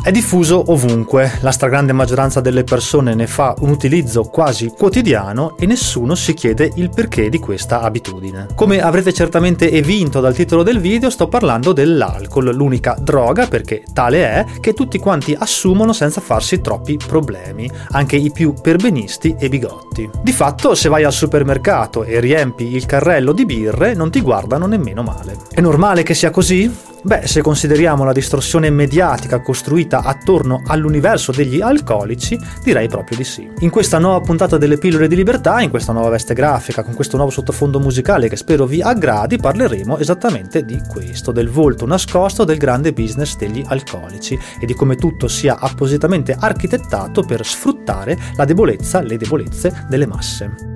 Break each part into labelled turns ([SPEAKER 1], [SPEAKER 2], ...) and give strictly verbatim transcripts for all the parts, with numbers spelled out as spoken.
[SPEAKER 1] È diffuso ovunque, la stragrande maggioranza delle persone ne fa un utilizzo quasi quotidiano e nessuno si chiede il perché di questa abitudine. Come avrete certamente evinto dal titolo del video, sto parlando dell'alcol, l'unica droga, perché tale è, che tutti quanti assumono senza farsi troppi problemi, anche i più perbenisti e bigotti. Di fatto, se vai al supermercato e riempi il carrello di birre, non ti guardano nemmeno male. È normale che sia così? Beh, se consideriamo la distorsione mediatica costruita attorno all'universo degli alcolici, direi proprio di sì. In questa nuova puntata delle Pillole di Libertà, in questa nuova veste grafica, con questo nuovo sottofondo musicale che spero vi aggradi, parleremo esattamente di questo, del volto nascosto del grande business degli alcolici e di come tutto sia appositamente architettato per sfruttare la debolezza, le debolezze delle masse.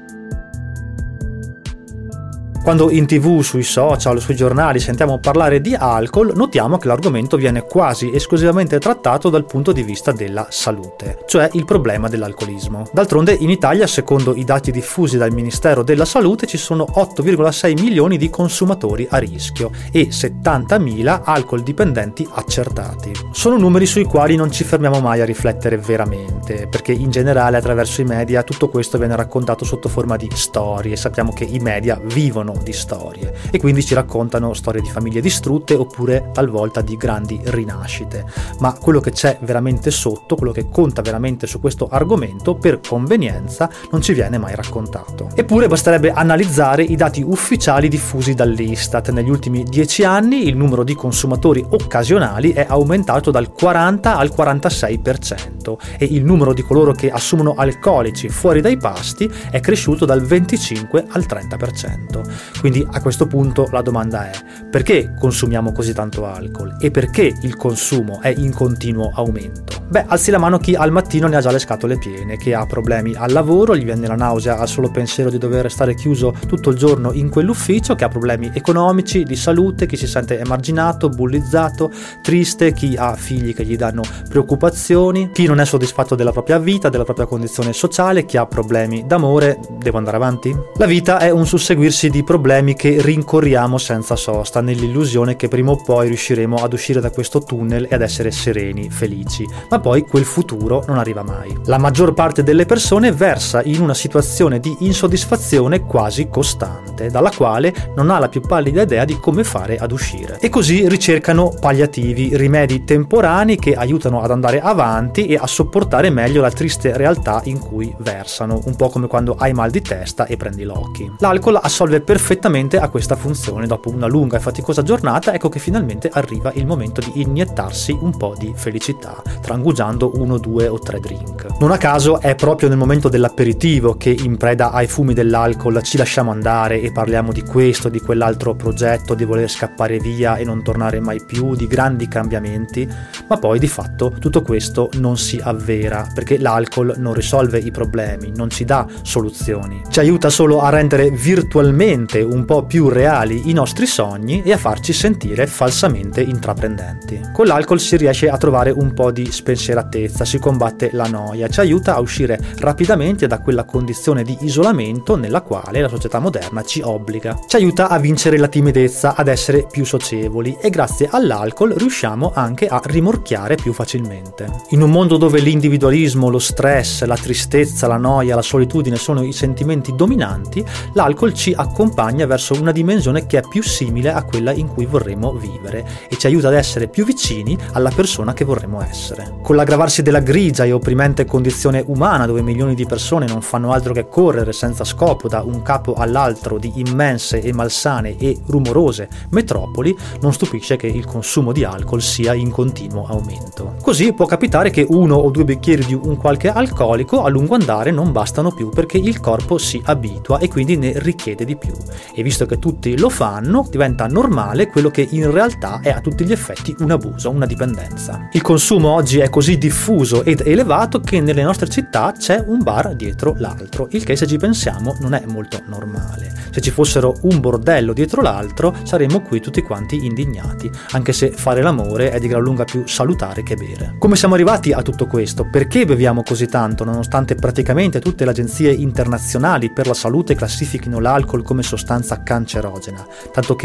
[SPEAKER 1] Quando in tv, sui social, sui giornali sentiamo parlare di alcol, notiamo che l'argomento viene quasi esclusivamente trattato dal punto di vista della salute, cioè il problema dell'alcolismo. D'altronde in Italia, secondo i dati diffusi dal Ministero della Salute, ci sono otto virgola sei milioni di consumatori a rischio e settantamila alcol dipendenti accertati. Sono numeri sui quali non ci fermiamo mai a riflettere veramente, perché in generale attraverso i media tutto questo viene raccontato sotto forma di storie. Sappiamo che i media vivono di storie e quindi ci raccontano storie di famiglie distrutte oppure talvolta di grandi rinascite, ma quello che c'è veramente sotto, quello che conta veramente su questo argomento, per convenienza non ci viene mai raccontato. Eppure basterebbe analizzare i dati ufficiali diffusi dall'Istat. Negli ultimi dieci anni il numero di consumatori occasionali è aumentato dal quaranta al quarantasei per cento e il numero di coloro che assumono alcolici fuori dai pasti è cresciuto dal venticinque al trenta per cento. Quindi a questo punto la domanda è: perché consumiamo così tanto alcol e perché il consumo è in continuo aumento? Beh, alzi la mano chi al mattino ne ha già le scatole piene, che ha problemi al lavoro, gli viene la nausea al solo pensiero di dover restare chiuso tutto il giorno in quell'ufficio, che ha problemi economici, di salute, chi si sente emarginato, bullizzato, triste, chi ha figli che gli danno preoccupazioni, chi non è soddisfatto della propria vita, della propria condizione sociale, chi ha problemi d'amore. Devo andare avanti? La vita è un susseguirsi di problemi che rincorriamo senza sosta, nell'illusione che prima o poi riusciremo ad uscire da questo tunnel e ad essere sereni, felici, ma poi quel futuro non arriva mai. La maggior parte delle persone versa in una situazione di insoddisfazione quasi costante, dalla quale non ha la più pallida idea di come fare ad uscire. E così ricercano palliativi, rimedi temporanei che aiutano ad andare avanti e a sopportare meglio la triste realtà in cui versano, un po' come quando hai mal di testa e prendi l'occhi. L'alcol assolve perfettamente a questa funzione. Dopo una lunga e faticosa giornata, ecco che finalmente arriva il momento di iniettarsi un po' di felicità, trangugiando uno, due o tre drink. Non a caso è proprio nel momento dell'aperitivo che, in preda ai fumi dell'alcol, ci lasciamo andare e parliamo di questo, di quell'altro progetto, di voler scappare via e non tornare mai più, di grandi cambiamenti, ma poi di fatto tutto questo non si avvera, perché l'alcol non risolve i problemi, non ci dà soluzioni, ci aiuta solo a rendere virtualmente un po' più reali i nostri sogni e a farci sentire falsamente intraprendenti. Con l'alcol si riesce a trovare un po' di spensieratezza, si combatte la noia, ci aiuta a uscire rapidamente da quella condizione di isolamento nella quale la società moderna ci obbliga. Ci aiuta a vincere la timidezza, ad essere più socievoli e grazie all'alcol riusciamo anche a rimorchiare più facilmente. In un mondo dove l'individualismo, lo stress, la tristezza, la noia, la solitudine sono i sentimenti dominanti, l'alcol ci accompagna verso una dimensione che è più simile a quella in cui vorremmo vivere e ci aiuta ad essere più vicini alla persona che vorremmo essere. Con l'aggravarsi della grigia e opprimente condizione umana, dove milioni di persone non fanno altro che correre senza scopo da un capo all'altro di immense e malsane e rumorose metropoli, non stupisce che il consumo di alcol sia in continuo aumento. Così può capitare che uno o due bicchieri di un qualche alcolico a lungo andare non bastano più, perché il corpo si abitua e quindi ne richiede di più, e visto che tutti lo fanno diventa normale quello che in realtà è a tutti gli effetti un abuso, una dipendenza. Il consumo oggi è così diffuso ed elevato che nelle nostre città c'è un bar dietro l'altro, il che, se ci pensiamo, non è molto normale. Se ci fossero un bordello dietro l'altro saremmo qui tutti quanti indignati, anche se fare l'amore è di gran lunga più salutare che bere. Come siamo arrivati a tutto questo? Perché beviamo così tanto, nonostante praticamente tutte le agenzie internazionali per la salute classifichino l'alcol come sostanza cancerogena, tanto che l'I A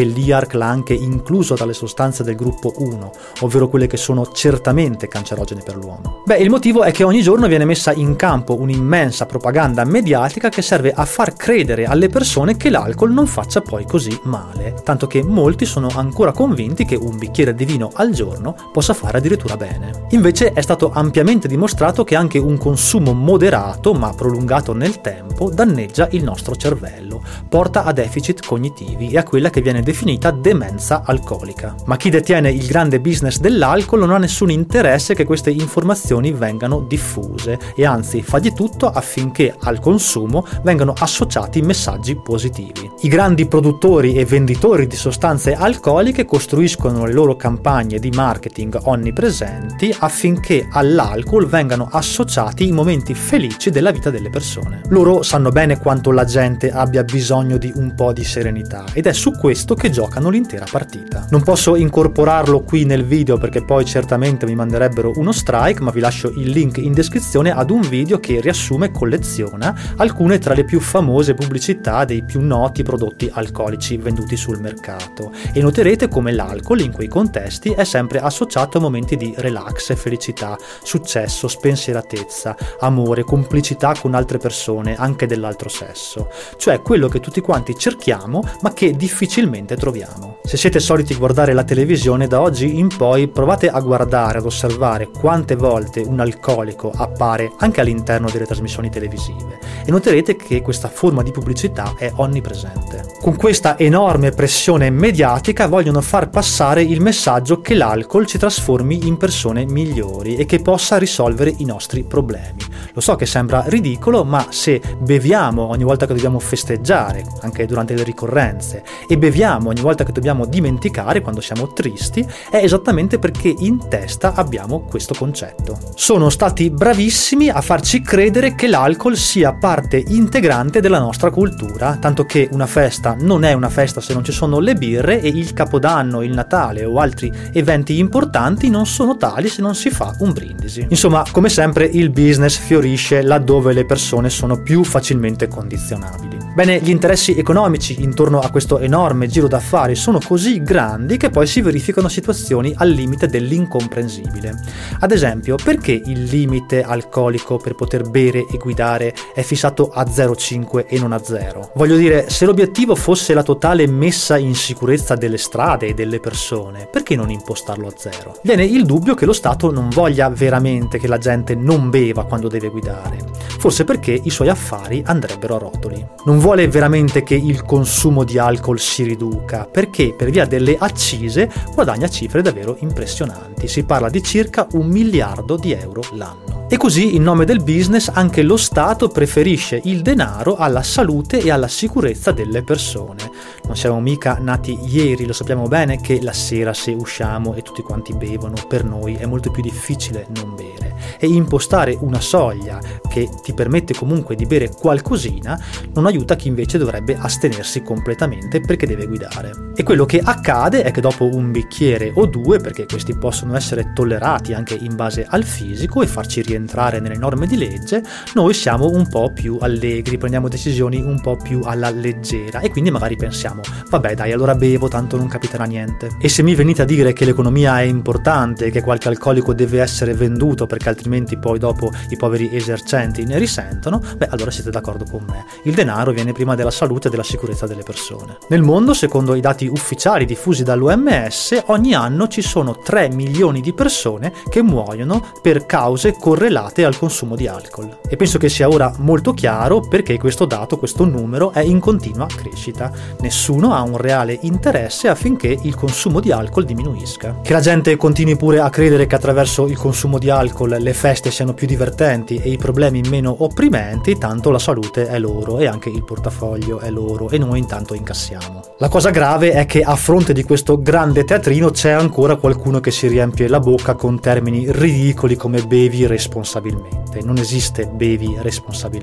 [SPEAKER 1] Clark l'ha anche incluso tra le sostanze del gruppo uno, ovvero quelle che sono certamente cancerogene per l'uomo? Beh, il motivo è che ogni giorno viene messa in campo un'immensa propaganda mediatica che serve a far credere alle persone che l'alcol non faccia poi così male, tanto che molti sono ancora convinti che un bicchiere di vino al giorno possa fare addirittura bene. Invece è stato ampiamente dimostrato che anche un consumo moderato ma prolungato nel tempo danneggia il nostro cervello, porta a deficit cognitivi e a quella che viene definita demenza alcolica. Ma chi detiene il grande business dell'alcol non ha nessun interesse che queste informazioni vengano diffuse e anzi fa di tutto affinché al consumo vengano associati messaggi positivi. I grandi produttori e venditori di sostanze alcoliche costruiscono le loro campagne di marketing onnipresenti affinché all'alcol vengano associati i momenti felici della vita delle persone. Loro sanno bene quanto la gente abbia bisogno di un po' di serenità ed è su questo che giocano l'intera partita. Non posso incorporarlo qui nel video perché poi certamente mi manderebbero uno strike, ma vi lascio il link in descrizione ad un video che riassume e colleziona alcune tra le più famose pubblicità dei più noti prodotti alcolici venduti sul mercato e noterete come l'alcol in quei contesti è sempre associato a momenti di relax e felicità, successo, spensieratezza, amore, complicità con altre persone, anche dell'altro sesso, cioè quello che tutti quanti cerchiamo ma che difficilmente troviamo. Se siete soliti guardare la televisione, da oggi in poi provate a guardare, ad osservare quante volte un alcolico appare anche all'interno delle trasmissioni televisive e noterete che questa forma di pubblicità è onnipresente. Con questa enorme pressione mediatica vogliono far passare il messaggio che l'alcol ci trasformi in persone migliori e che possa risolvere i nostri problemi. Lo so che sembra ridicolo, ma se beviamo ogni volta che dobbiamo festeggiare, anche durante le ricorrenze, e beviamo ogni volta che dobbiamo dimenticare quando siamo tristi, è esattamente perché in testa abbiamo questo concetto. Sono stati bravissimi a farci credere che l'alcol sia parte integrante della nostra cultura, tanto che una festa non è una festa se non ci sono le birre e il Capodanno, il Natale o altri eventi importanti non sono tali se non si fa un brindisi. Insomma, come sempre il business fiorisce laddove le persone sono più facilmente condizionabili. Bene, gli interessi economici intorno a questo enorme giro d'affari sono così grandi che poi si verificano situazioni al limite dell'incomprensibile. Ad esempio, perché il limite alcolico per poter bere e guidare è fissato a zero virgola cinque e non a zero? Voglio dire, se l'obiettivo fosse la totale messa in sicurezza delle strade e delle persone, perché non impostarlo a zero? Viene il dubbio che lo Stato non voglia veramente che la gente non beva quando deve guidare, forse perché i suoi affari andrebbero a rotoli. Non vuole veramente che il consumo di alcol si riduca, perché per via delle accise guadagna cifre davvero impressionanti, si parla di circa un miliardo di euro l'anno. E così, in nome del business, anche lo Stato preferisce il denaro alla salute e alla sicurezza delle persone. Non siamo mica nati ieri, lo sappiamo bene che la sera se usciamo e tutti quanti bevono, per noi è molto più difficile non bere. E impostare una soglia che ti permette comunque di bere qualcosina non aiuta chi invece dovrebbe astenersi completamente perché deve guidare. E quello che accade è che dopo un bicchiere o due, perché questi possono essere tollerati anche in base al fisico e farci rientrare nelle norme di legge, noi siamo un po' più allegri, prendiamo decisioni un po' più alla leggera e quindi magari pensiamo, vabbè dai, allora bevo, tanto non capiterà niente. E se mi venite a dire che l'economia è importante e che qualche alcolico deve essere venduto perché altrimenti poi dopo i poveri esercenti ne risentono, beh allora siete d'accordo con me. Il denaro viene prima della salute e della sicurezza delle persone. Nel mondo, secondo i dati ufficiali diffusi dall'O M S, ogni anno ci sono tre milioni di persone che muoiono per cause correlate al consumo di alcol. E penso che sia ora molto chiaro perché questo dato, questo numero è in continua crescita. Nessuno ha un reale interesse affinché il consumo di alcol diminuisca. Che la gente continui pure a credere che attraverso il consumo di alcol le feste siano più divertenti e i problemi meno opprimenti, tanto la salute è loro e anche il portafoglio è loro e noi intanto incassiamo. La cosa grave è che a fronte di questo grande teatrino c'è ancora qualcuno che si riempie la bocca con termini ridicoli come bevi responsabilmente. Non esiste bevi responsabilmente.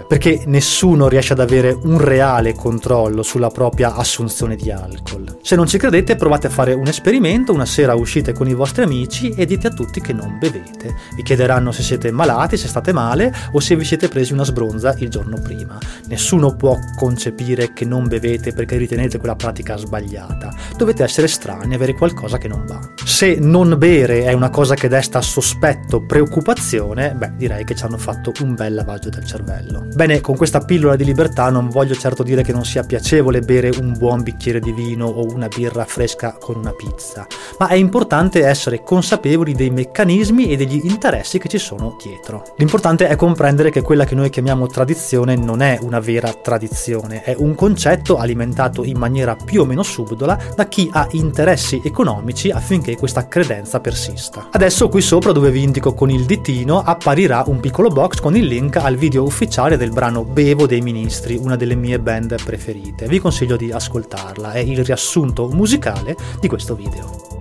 [SPEAKER 1] perché nessuno riesce ad avere un reale controllo sulla propria assunzione di alcol. Se non ci credete, provate a fare un esperimento: una sera uscite con i vostri amici e dite a tutti che non bevete. Vi chiederanno se siete malati, se state male o se vi siete presi una sbronza il giorno prima. Nessuno può concepire che non bevete perché ritenete quella pratica sbagliata. Dovete essere strani, avere qualcosa che non va. Se non bere è una cosa che desta sospetto, preoccupazione, beh, direi che ci hanno fatto un bel lavaggio del cervello. Bene, con questa pillola di libertà non voglio certo dire che non sia piacevole bere un buon bicchiere di vino o una birra fresca con una pizza, ma è importante essere consapevoli dei meccanismi e degli interessi che ci sono dietro. L'importante è comprendere che quella che noi chiamiamo tradizione non è una vera tradizione, è un concetto alimentato in maniera più o meno subdola da chi ha interessi economici affinché questa credenza persista. Adesso qui sopra, dove vi indico con il ditino, apparirà un piccolo box con il link al video ufficiale del brano Bevo dei Ministri, una delle mie band preferite. Vi consiglio di ascoltarla, è il riassunto musicale di questo video.